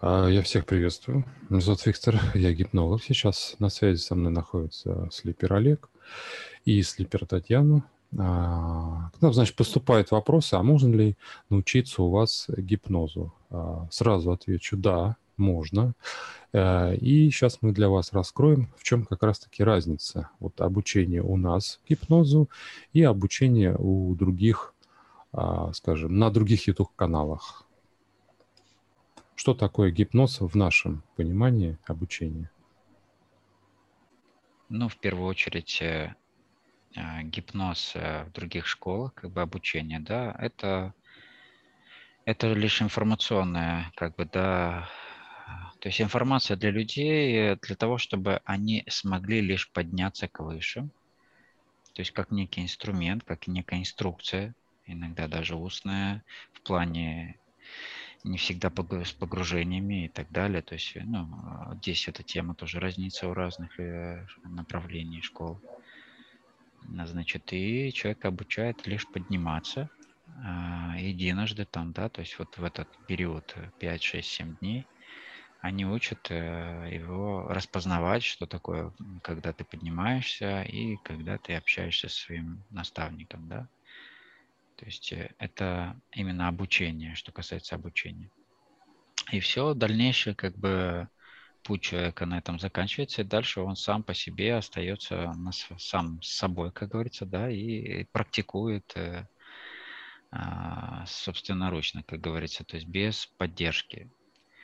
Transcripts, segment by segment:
Я всех приветствую. Меня зовут Виктор, я гипнолог. Сейчас на связи со мной находится слипер Олег и слипер Татьяна. К нам, значит, поступают вопросы, а можно ли научиться у вас гипнозу? Сразу отвечу: да, можно. И сейчас мы для вас раскроем, в чем как раз-таки разница. Вот обучение у нас гипнозу и обучение у других, скажем, на других YouTube-каналах. Что такое гипноз в нашем понимании обучения? Ну, в первую очередь, гипноз в других школах, как бы обучение, да, это лишь информационное, как бы, да, то есть информация для людей, для того, чтобы они смогли лишь подняться к выше, то есть как некий инструмент, как некая инструкция, иногда даже устная, в плане не всегда с погружениями и так далее. То есть, ну, здесь эта тема тоже разнится у разных направлений школ. Значит, и человек обучает лишь подниматься единожды там, да, то есть вот в этот период 5, 6, 7 дней они учат его распознавать, что такое, когда ты поднимаешься и когда ты общаешься со своим наставником, да. То есть это именно обучение, что касается обучения. И все, дальнейшее как бы путь человека на этом заканчивается, и дальше он сам по себе остается сам с собой, как говорится, да, и практикует собственноручно, как говорится, то есть без поддержки.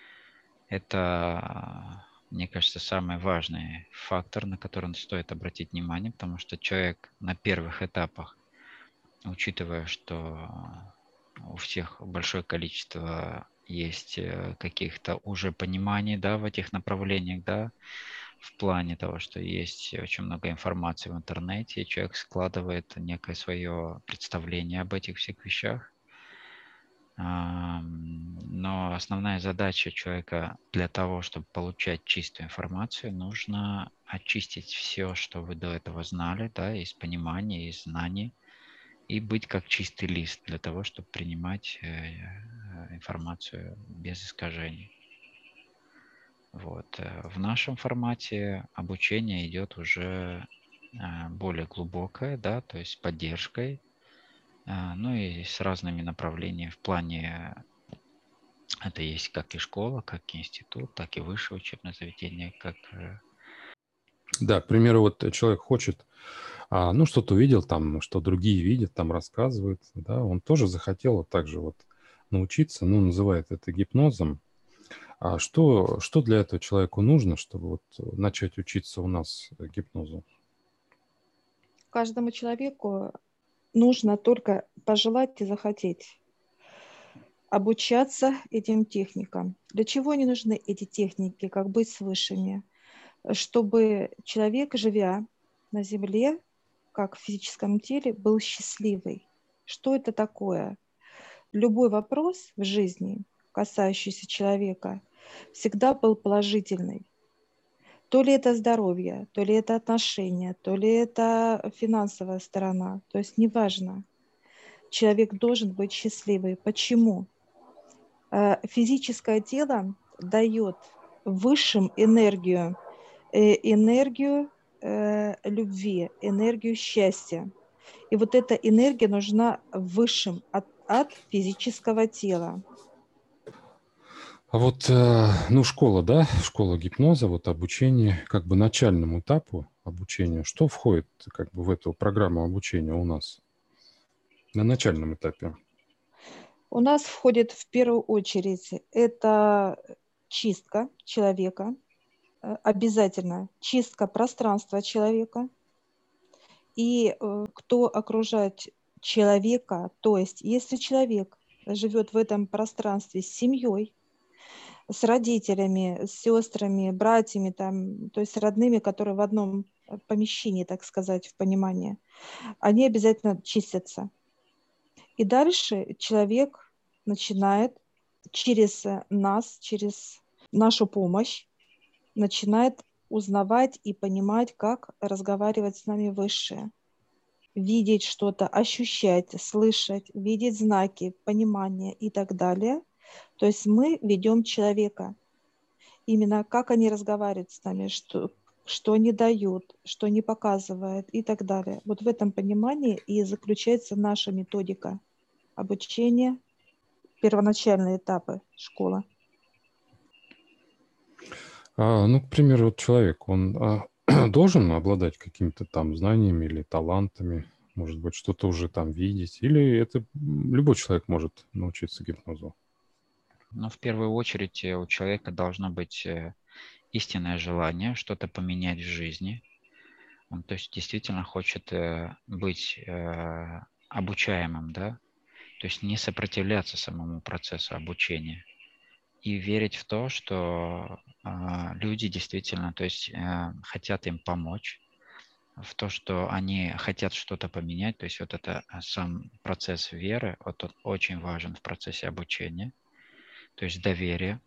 Это, мне кажется, самый важный фактор, на который стоит обратить внимание, потому что человек на первых этапах, учитывая, что у всех большое количество есть каких-то уже пониманий, да, в этих направлениях, да, в плане того, что есть очень много информации в интернете, и человек складывает некое свое представление об этих всех вещах. Но основная задача человека для того, чтобы получать чистую информацию, нужно очистить все, что вы до этого знали, да, из понимания, из знаний, и быть как чистый лист для того, чтобы принимать информацию без искажений. Вот. В нашем формате обучение идет уже более глубокое, да, то есть с поддержкой, ну и с разными направлениями в плане, это есть как и школа, как и институт, так и высшее учебное заведение, как Да, к примеру, вот человек хочет, ну, что-то увидел там, что другие видят, там рассказывают, да, он тоже захотел вот так же вот научиться, ну, называет это гипнозом. Что для этого человеку нужно, чтобы вот начать учиться у нас гипнозу? Каждому человеку нужно только пожелать и захотеть обучаться этим техникам. Для чего они нужны, эти техники, как быть с высшими? Чтобы человек, живя на Земле, как в физическом теле, был счастливый. Что это такое? Любой вопрос в жизни, касающийся человека, всегда был положительный. То ли это здоровье, то ли это отношения, то ли это финансовая сторона. То есть неважно. Человек должен быть счастливый. Почему? Физическое тело дает высшим энергию любви, энергию счастья. И вот эта энергия нужна высшим от физического тела. А вот, ну, школа, да, школа гипноза, вот обучение, как бы начальному этапу обучения, что входит как бы в эту программу обучения у нас на начальном этапе? У нас входит в первую очередь это чистка человека, обязательно чистка пространства человека, и кто окружает человека, то есть если человек живет в этом пространстве с семьей, с родителями, с сестрами, братьями, там, то есть с родными, которые в одном помещении, так сказать, в понимании, они обязательно чистятся. И дальше человек начинает через нас, через нашу помощь, начинает узнавать и понимать, как разговаривать с нами высшее, видеть что-то, ощущать, слышать, видеть знаки, понимание и так далее. То есть мы ведем человека. именно как они разговаривают с нами, что они дают, что они показывают и так далее. Вот в этом понимании и заключается наша методика обучения, первоначальные этапы школы. Ну, к примеру, вот человек, он должен обладать какими-то там знаниями или талантами, может быть, что-то уже там видеть, или это любой человек может научиться гипнозу? Но в первую очередь у человека должно быть истинное желание что-то поменять в жизни. Он, то есть действительно хочет быть обучаемым, да, то есть не сопротивляться самому процессу обучения и верить в то, что люди действительно, то есть хотят им помочь, в то, что они хотят что-то поменять, то есть вот это сам процесс веры, вот он очень важен в процессе обучения, то есть доверие.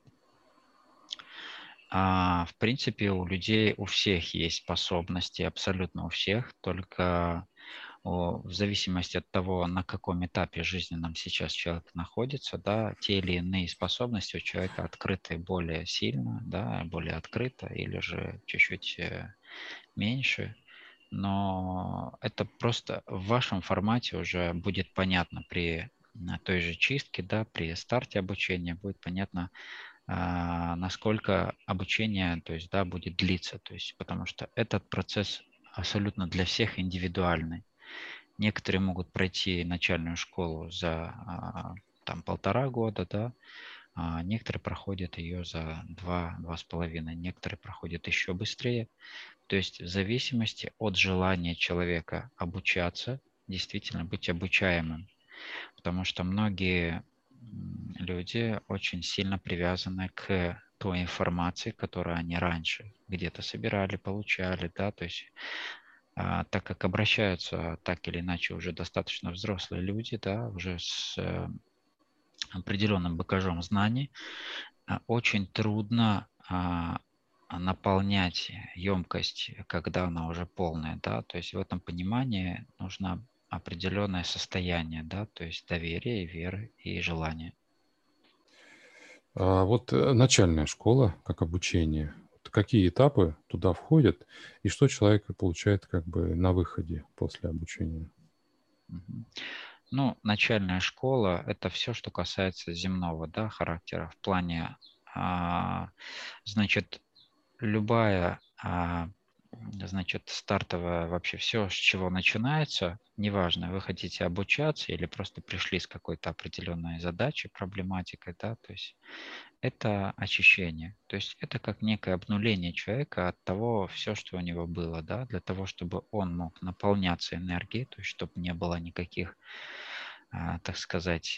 В принципе, у людей, у всех есть способности, абсолютно у всех, только в зависимости от того, на каком этапе жизненном сейчас человек находится, да, те или иные способности у человека открыты более сильно, да, более открыто или же чуть-чуть меньше. Но это просто в вашем формате уже будет понятно при той же чистке, да, при старте обучения будет понятно, насколько обучение, то есть, да, будет длиться, то есть, потому что этот процесс абсолютно для всех индивидуальный. Некоторые могут пройти начальную школу за там 1,5 года, да, некоторые проходят ее за 2–2,5, некоторые проходят еще быстрее. То есть в зависимости от желания человека обучаться, действительно быть обучаемым, потому что многие люди очень сильно привязаны к той информации, которую они раньше где-то собирали, получали, да, то есть так как обращаются так или иначе уже достаточно взрослые люди, да, уже с определенным багажом знаний, очень трудно наполнять емкость, когда она уже полная, да, то есть в этом понимании нужно определенное состояние, да, то есть доверие, веры и желание. Вот начальная школа, как обучение, вот какие этапы туда входят и что человек получает как бы на выходе после обучения? Ну, начальная школа – это все, что касается земного, да, характера в плане, значит, любая, значит, стартовая вообще все, с чего начинается, неважно, вы хотите обучаться или просто пришли с какой-то определенной задачей, проблематикой, да, то есть это очищение. То есть это как некое обнуление человека от того, все, что у него было, да, для того, чтобы он мог наполняться энергией, то есть чтобы не было никаких, так сказать,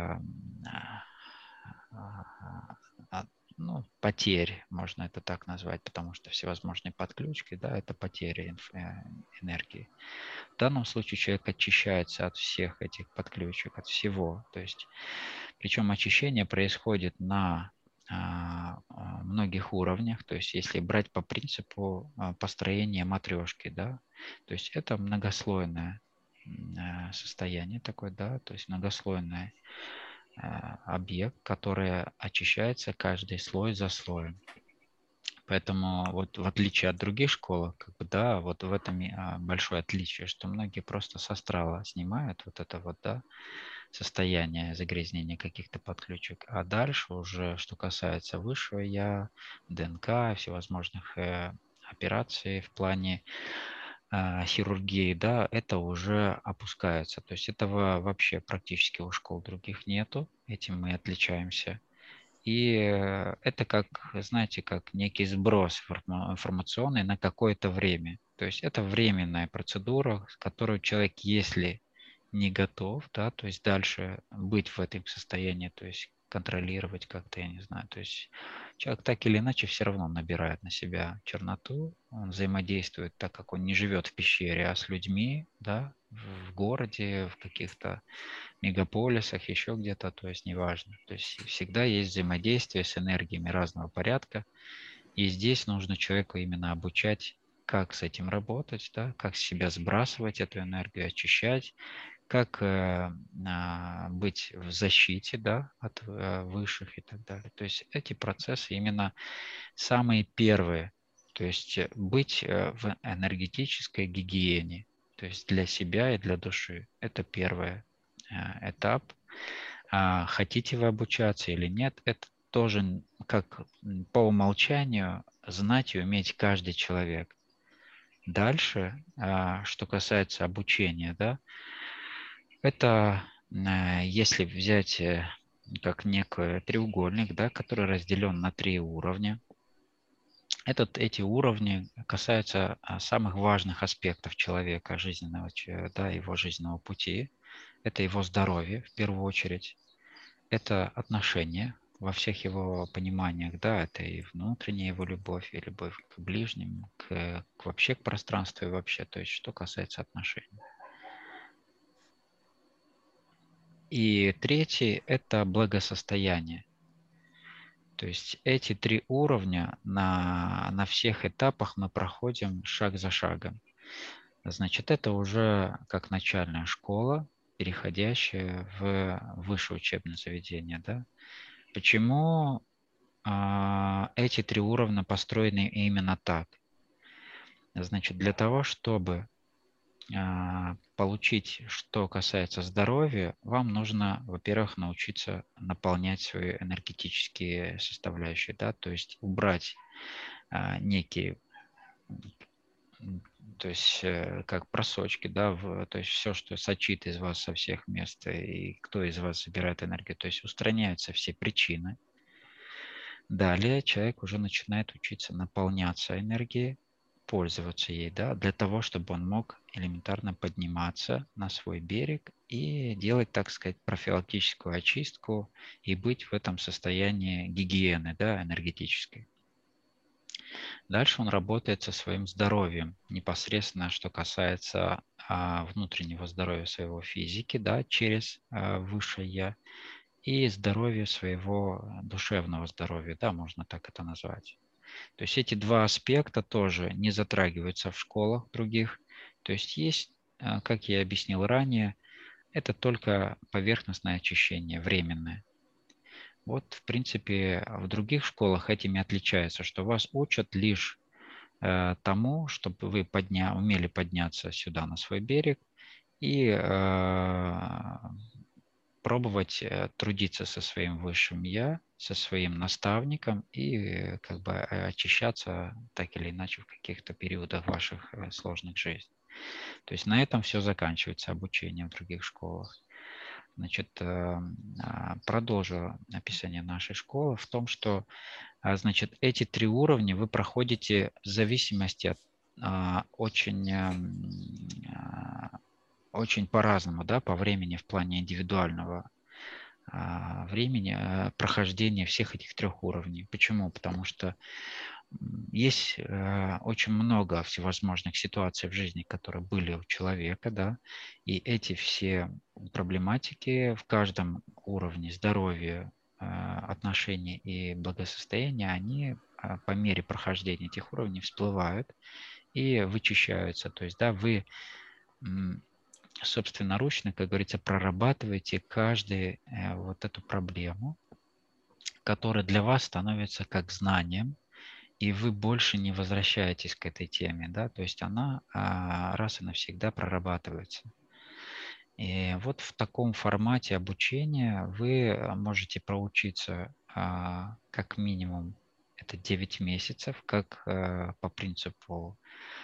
ну, потерь, можно это так назвать, потому что всевозможные подключки, да, это потеря энергии. В данном случае человек очищается от всех этих подключек, от всего. То есть, причем очищение происходит на многих уровнях. То есть, если брать по принципу построения матрешки, да, то есть это многослойное состояние такое, да, то есть многослойное объект, который очищается каждый слой за слоем. Поэтому вот в отличие от других школ, как бы, да, вот в этом большое отличие, что многие просто с астрала снимают вот это вот, да, состояние загрязнения каких-то подключек, а дальше уже, что касается высшего я, ДНК, всевозможных операций в плане хирургии, да, это уже опускается. То есть этого вообще практически у школ других нету, этим мы отличаемся. И это как, знаете, как некий сброс информационный на какое-то время. То есть это временная процедура, с которой человек, если не готов, да, то есть дальше быть в этом состоянии, то есть контролировать как-то, я не знаю, то есть человек так или иначе все равно набирает на себя черноту, он взаимодействует, так как он не живет в пещере, а с людьми, да, в городе, в каких-то мегаполисах, еще где-то, то есть неважно. То есть всегда есть взаимодействие с энергиями разного порядка, и здесь нужно человеку именно обучать, как с этим работать, да, как с себя сбрасывать эту энергию, очищать, как быть в защите, да, от высших и так далее. То есть эти процессы именно самые первые. То есть быть в энергетической гигиене, то есть для себя и для души. Это первый этап. Хотите вы обучаться или нет, это тоже как по умолчанию знать и уметь каждый человек. Дальше, что касается обучения, да, это если взять как некий треугольник, да, который разделен на 3 уровня. Эти уровни касаются самых важных аспектов человека, жизненного, да, его жизненного пути. Это его здоровье, в первую очередь. Это отношения во всех его пониманиях, да, это и внутренняя его любовь, и любовь к ближним, вообще к пространству и вообще, то есть что касается отношений. И третий – это благосостояние. То есть эти 3 уровня на всех этапах мы проходим шаг за шагом. Значит, это уже как начальная школа, переходящая в высшее учебное заведение. Да? Почему эти 3 уровня построены именно так? Значит, для того, чтобы получить, что касается здоровья, вам нужно, во-первых, научиться наполнять свои энергетические составляющие, да, то есть убрать некие, то есть как просочки, да, то есть все, что сочит из вас со всех мест, и кто из вас забирает энергию, то есть устраняются все причины. Далее человек уже начинает учиться наполняться энергией, пользоваться ей, да, для того, чтобы он мог элементарно подниматься на свой берег и делать, так сказать, профилактическую очистку и быть в этом состоянии гигиены, да, энергетической. Дальше он работает со своим здоровьем, непосредственно, что касается внутреннего здоровья своего физики, да, через высшее Я, и здоровья своего душевного здоровья, да, можно так это назвать. То есть эти 2 аспекта тоже не затрагиваются в школах других. То есть есть, как я объяснил ранее, это только поверхностное очищение, временное. Вот, в принципе, в других школах этими отличается, что вас учат лишь тому, чтобы вы умели подняться сюда на свой берег и пробовать трудиться со своим высшим Я, со своим наставником и как бы очищаться так или иначе в каких-то периодах ваших сложных жизней. То есть на этом все заканчивается обучение в других школах. Значит, продолжу описание нашей школы в том, что значит, эти 3 уровня вы проходите в зависимости от очень по-разному, да, по времени в плане индивидуального времени прохождения всех этих 3 уровней. Почему? Потому что есть очень много всевозможных ситуаций в жизни, которые были у человека, да, и эти все проблематики в каждом уровне здоровья, отношений и благосостояния, они по мере прохождения этих уровней всплывают и вычищаются. То есть, да, вы собственноручно, как говорится, прорабатываете каждую вот эту проблему, которая для вас становится как знанием, и вы больше не возвращаетесь к этой теме, да, то есть она раз и навсегда прорабатывается. И вот в таком формате обучения вы можете проучиться как минимум это 9 месяцев, как по принципу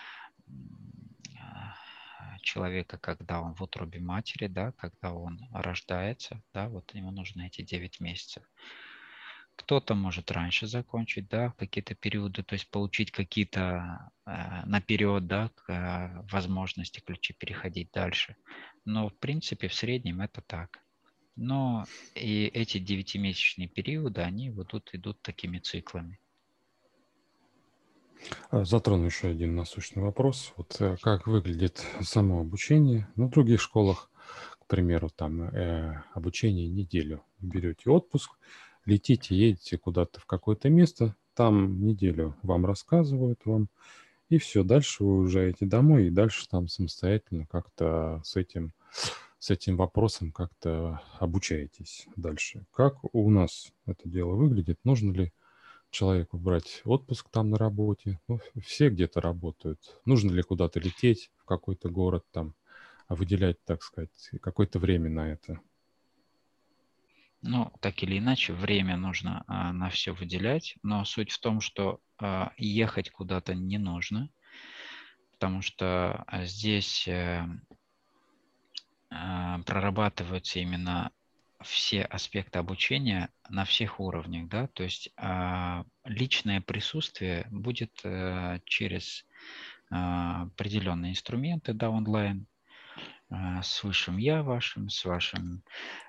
человека, когда он в утробе матери, да, когда он рождается, да, вот ему нужно эти 9 месяцев. Кто-то может раньше закончить, да, какие-то периоды, то есть получить какие-то наперед, да, возможности, ключи переходить дальше. Но, в принципе, в среднем это так. Но и эти 9-месячные периоды, они вот тут идут такими циклами. Затрону еще один насущный вопрос. Вот как выглядит само обучение в других школах, к примеру, там обучение неделю. Берете отпуск, летите, едете куда-то в какое-то место, там неделю вам рассказывают и все, дальше вы уезжаете домой, и дальше там самостоятельно как-то с этим с этим вопросом как-то обучаетесь дальше. Как у нас это дело выглядит? Нужно ли человеку брать отпуск там на работе? Ну, все где-то работают. Нужно ли куда-то лететь в какой-то город там, выделять, так сказать, какое-то время на это? Ну, так или иначе, время нужно на все выделять, но суть в том, что ехать куда-то не нужно, потому что здесь прорабатываются именно все аспекты обучения на всех уровнях, да, то есть личное присутствие будет через определенные инструменты, да, онлайн, с высшим я вашим, с вашим,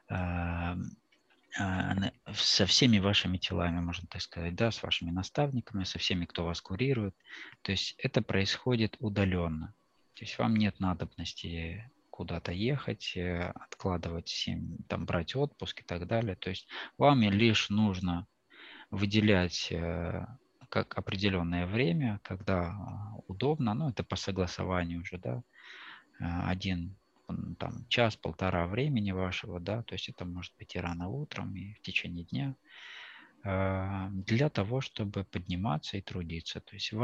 со всеми вашими телами, можно так сказать, да, с вашими наставниками, со всеми, кто вас курирует. То есть это происходит удаленно. То есть вам нет надобности куда-то ехать, откладывать, там, брать отпуск и так далее. То есть вам лишь нужно выделять как определенное время, когда удобно, ну, это по согласованию уже, да, один там час-полтора времени вашего, да, то есть это может быть и рано утром, и в течение дня, для того, чтобы подниматься и трудиться. То есть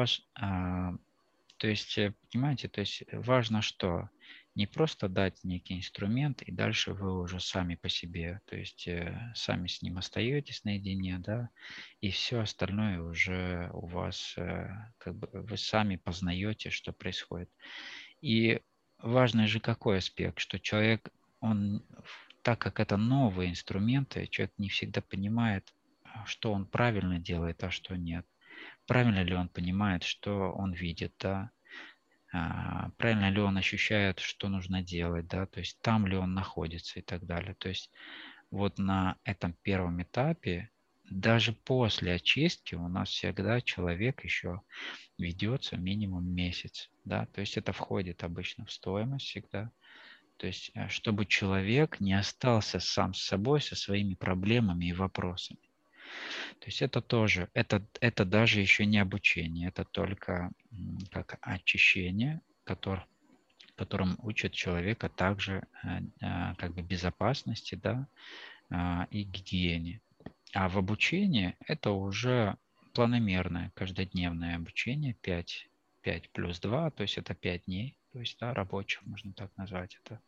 понимаете, то есть важно что? Не просто дать некий инструмент, и дальше вы уже сами по себе, то есть сами с ним остаетесь наедине, да, и все остальное уже у вас, как бы вы сами познаете, что происходит. И важный же какой аспект, что человек, так как это новые инструменты, человек не всегда понимает, что он правильно делает, а что нет. Правильно ли он понимает, что он видит, да? Правильно ли он ощущает, что нужно делать, да? То есть там ли он находится и так далее. То есть вот на этом первом этапе, даже после очистки у нас всегда человек еще ведется минимум месяц, да, то есть это входит обычно в стоимость всегда, то есть чтобы человек не остался сам с собой, со своими проблемами и вопросами. То есть это тоже, это даже еще не обучение, это только как очищение, которым учат человека также как бы безопасности, да, и гигиене. А в обучении это уже планомерное, каждодневное обучение, 5 плюс 2, то есть это 5 дней, то есть да, рабочих, можно так назвать это.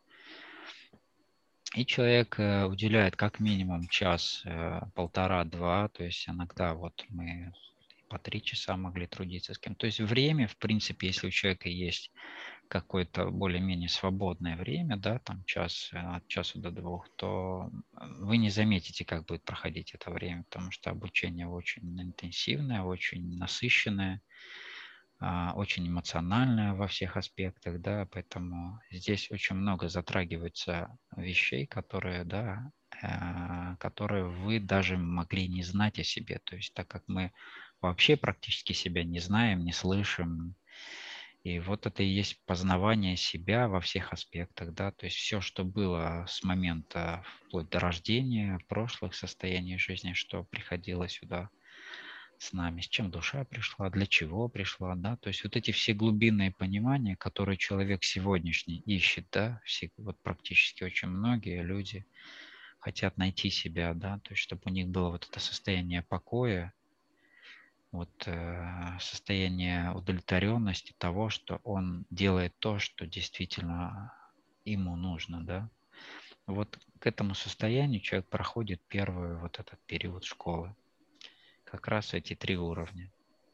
И человек уделяет как минимум час, полтора-два, то есть иногда вот мы по 3 часа могли трудиться с кем. То есть время, в принципе, если у человека есть какое-то более-менее свободное время, да, там час, от часу до 2, то вы не заметите, как будет проходить это время, потому что обучение очень интенсивное, очень насыщенное, очень эмоциональное во всех аспектах, да, поэтому здесь очень много затрагивается вещей, которые, да, которые вы даже могли не знать о себе, то есть так как мы вообще практически себя не знаем, не слышим, и вот это и есть познавание себя во всех аспектах, да, то есть все, что было с момента вплоть до рождения, прошлых состояний жизни, что приходило сюда с нами, с чем душа пришла, для чего пришла, да, то есть вот эти все глубинные понимания, которые человек сегодняшний ищет, да, вот практически очень многие люди хотят найти себя, да, то есть чтобы у них было вот это состояние покоя, вот состояние удовлетворенности того, что он делает то, что действительно ему нужно, да. Вот к этому состоянию человек проходит первый вот этот период школы. Как раз эти 3 уровня.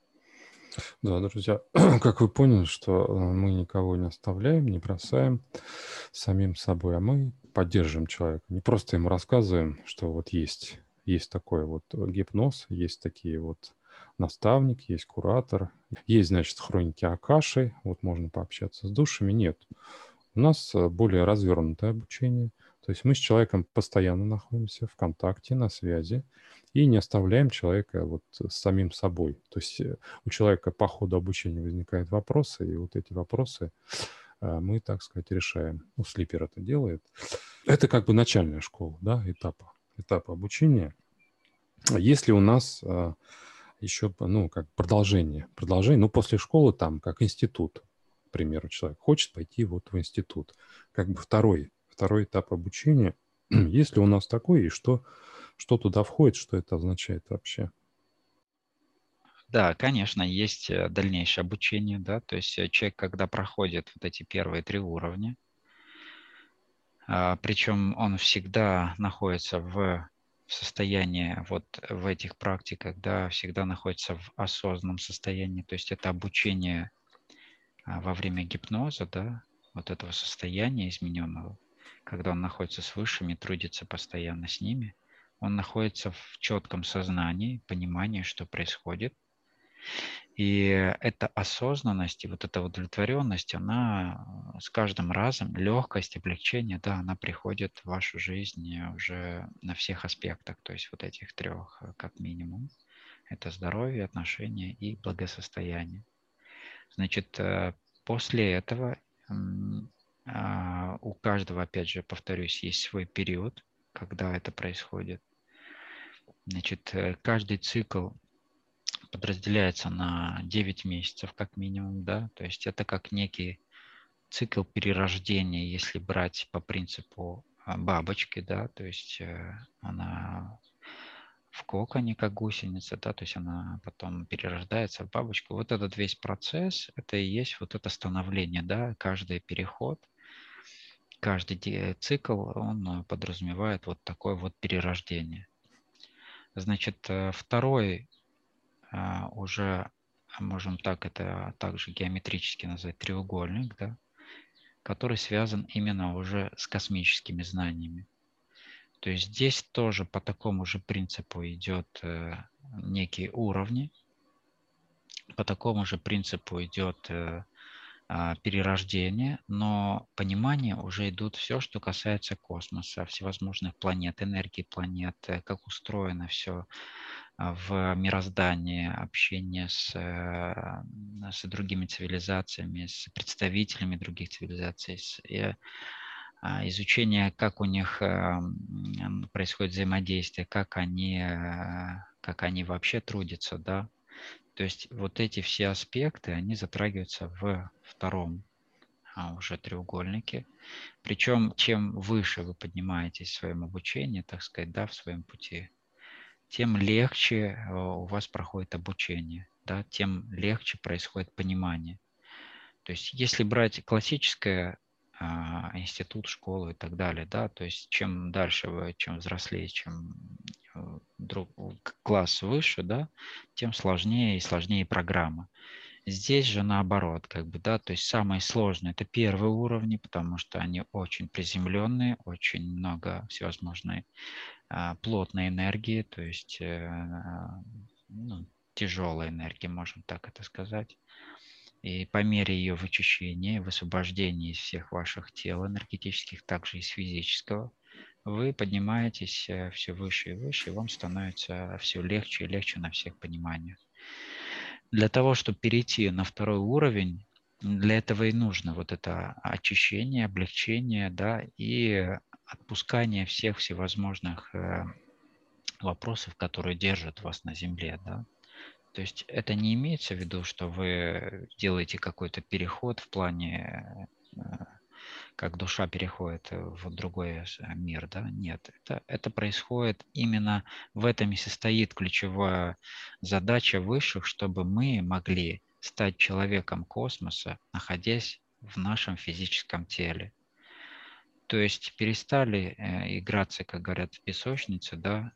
Да, друзья, как вы поняли, что мы никого не оставляем, не бросаем самим собой, а мы поддерживаем человека. Не просто ему рассказываем, что вот есть такой вот гипноз, есть такие вот наставник, есть куратор, есть, значит, хроники Акаши, вот можно пообщаться с душами. Нет, у нас более развернутое обучение. То есть мы с человеком постоянно находимся в контакте, на связи, и не оставляем человека вот с самим собой. То есть у человека по ходу обучения возникают вопросы, и вот эти вопросы мы, так сказать, решаем. Ну, Слипер это делает. Это как бы начальная школа, да, этап обучения. Если у нас еще, ну, как продолжение, ну, после школы там, как институт, к примеру, человек хочет пойти вот в институт, как бы второй второй этап обучения. Есть ли у нас такой, и что туда входит, что это означает вообще? Да, конечно, есть дальнейшее обучение, да, то есть человек, когда проходит вот эти первые 3 уровня, причем он всегда находится в состоянии, вот в этих практиках, да, всегда находится в осознанном состоянии, то есть это обучение во время гипноза, да, вот этого состояния измененного, когда он находится с высшими, трудится постоянно с ними, он находится в четком сознании, понимании, что происходит. И эта осознанность и вот эта удовлетворенность, она с каждым разом, легкость, облегчение, да, она приходит в вашу жизнь уже на всех аспектах, то есть вот этих 3 как минимум. Это здоровье, отношения и благосостояние. Значит, после этого у каждого, опять же, повторюсь, есть свой период, когда это происходит. Значит, каждый цикл подразделяется на 9 месяцев как минимум, да, то есть это как некий цикл перерождения, если брать по принципу бабочки, да, то есть она в коконе, как гусеница, да, то есть она потом перерождается в бабочку. Вот этот весь процесс, это и есть вот это становление, да, каждый переход, каждый цикл, он подразумевает вот такое вот перерождение. Значит, второй уже, можем так это также геометрически назвать, треугольник, да, который связан именно уже с космическими знаниями. То есть здесь тоже по такому же принципу идет некие уровни, по такому же принципу идет перерождение, но понимание уже идут все, что касается космоса, всевозможных планет, энергии планет, как устроено все в мироздании, общение с другими цивилизациями, с представителями других цивилизаций, изучение, как у них происходит взаимодействие, как они вообще трудятся, да. То есть вот эти все аспекты, они затрагиваются в втором уже треугольнике. Причем чем выше вы поднимаетесь в своем обучении, так сказать, да, в своем пути, тем легче у вас проходит обучение, да, тем легче происходит понимание. То есть если брать классическое институт, школу и так далее, да, то есть чем дальше вы, чем взрослее, чем класс выше, да, тем сложнее и сложнее программа. Здесь же наоборот, как бы, да, то есть самые сложные это первые уровни, потому что они очень приземленные, очень много всевозможной плотной энергии, то есть ну, тяжелой энергии, можем так это сказать. И по мере ее вычищения, высвобождения из всех ваших тел энергетических, также из физического, вы поднимаетесь все выше и выше, и вам становится все легче и легче на всех пониманиях. Для того, чтобы перейти на второй уровень, для этого и нужно вот это очищение, облегчение, да, и отпускание всех всевозможных вопросов, которые держат вас на земле, да. То есть это не имеется в виду, что вы делаете какой-то переход в плане, как душа переходит в другой мир, да? Нет, это происходит именно в этом и состоит ключевая задача высших, чтобы мы могли стать человеком космоса, находясь в нашем физическом теле. То есть перестали играться, как говорят, в песочнице, да,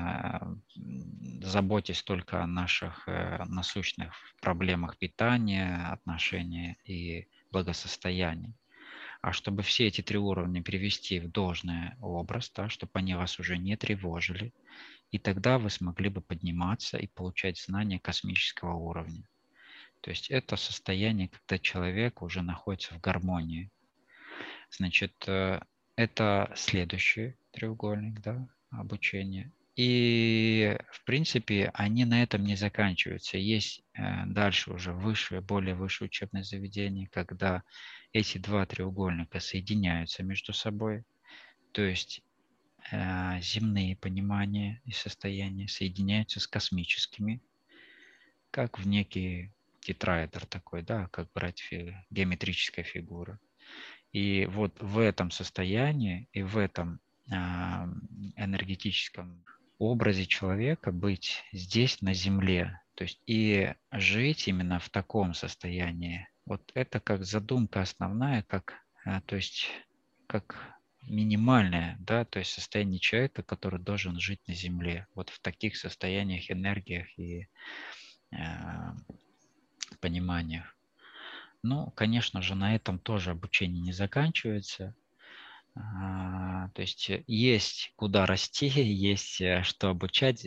заботясь только о наших насущных проблемах питания, отношения и благосостояния. А чтобы все эти 3 уровня привести в должный образ, да, чтобы они вас уже не тревожили, и тогда вы смогли бы подниматься и получать знания космического уровня. То есть это состояние, когда человек уже находится в гармонии. Значит, это следующий треугольник, да, обучения. И, в принципе, они на этом не заканчиваются. Есть дальше уже высшее, более высшее учебное заведение, когда эти 2 треугольника соединяются между собой. То есть земные понимания и состояния соединяются с космическими, как в некий тетраэдр такой, да, как брать геометрическая фигура. И вот в этом состоянии и в этом энергетическом образе человека быть здесь, на Земле, то есть и жить именно в таком состоянии. Вот это как задумка основная, как, то есть как минимальное, да, то есть состояние человека, который должен жить на Земле, вот в таких состояниях, энергиях и пониманиях. Ну, конечно же, на этом тоже обучение не заканчивается. То есть есть куда расти, есть что обучать.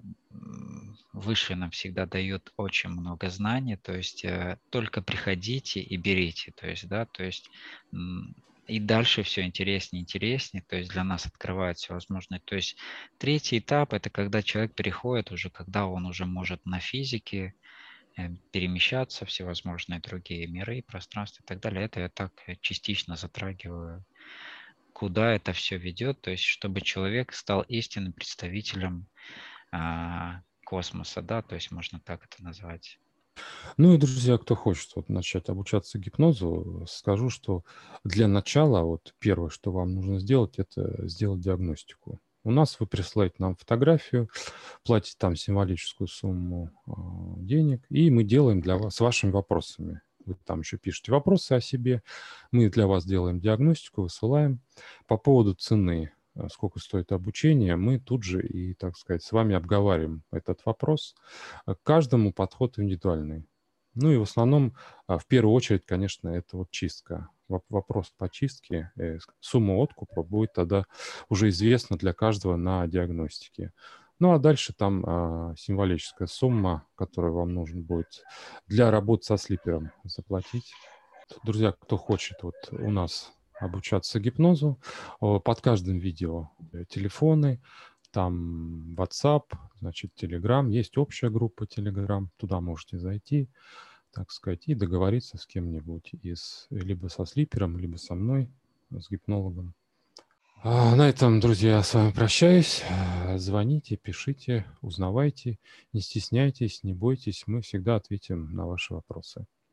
Выше нам всегда дают очень много знаний, то есть только приходите и берите, то есть, да, то есть и дальше все интереснее, интереснее, то есть для нас открывают всевозможные. То есть третий этап – это когда человек переходит уже, когда он уже может на физике перемещаться, всевозможные другие миры, пространства и так далее. Это я так частично затрагиваю, куда это все ведет, то есть чтобы человек стал истинным представителем космоса, да, то есть можно так это назвать. Ну и, друзья, кто хочет вот начать обучаться гипнозу, скажу, что для начала вот первое, что вам нужно сделать, это сделать диагностику. У нас вы присылаете нам фотографию, платите там символическую сумму денег, и мы делаем для вас с вашими вопросами. Вы там еще пишете вопросы о себе, мы для вас делаем диагностику, высылаем. По поводу цены, сколько стоит обучение, мы тут же и, так сказать, с вами обговариваем этот вопрос. К каждому подход индивидуальный. Ну и в основном, в первую очередь, конечно, это вот чистка. Вопрос по чистке, сумма откупа будет тогда уже известна для каждого на диагностике. Ну а дальше там символическая сумма, которая вам нужно будет для работы со слипером заплатить. Друзья, кто хочет вот у нас обучаться гипнозу, под каждым видео телефоны, там WhatsApp, значит, Telegram, есть общая группа Telegram, туда можете зайти, так сказать, и договориться с кем-нибудь либо со слипером, либо со мной, с гипнологом. На этом, друзья, я с вами прощаюсь. Звоните, пишите, узнавайте, не стесняйтесь, не бойтесь, мы всегда ответим на ваши вопросы.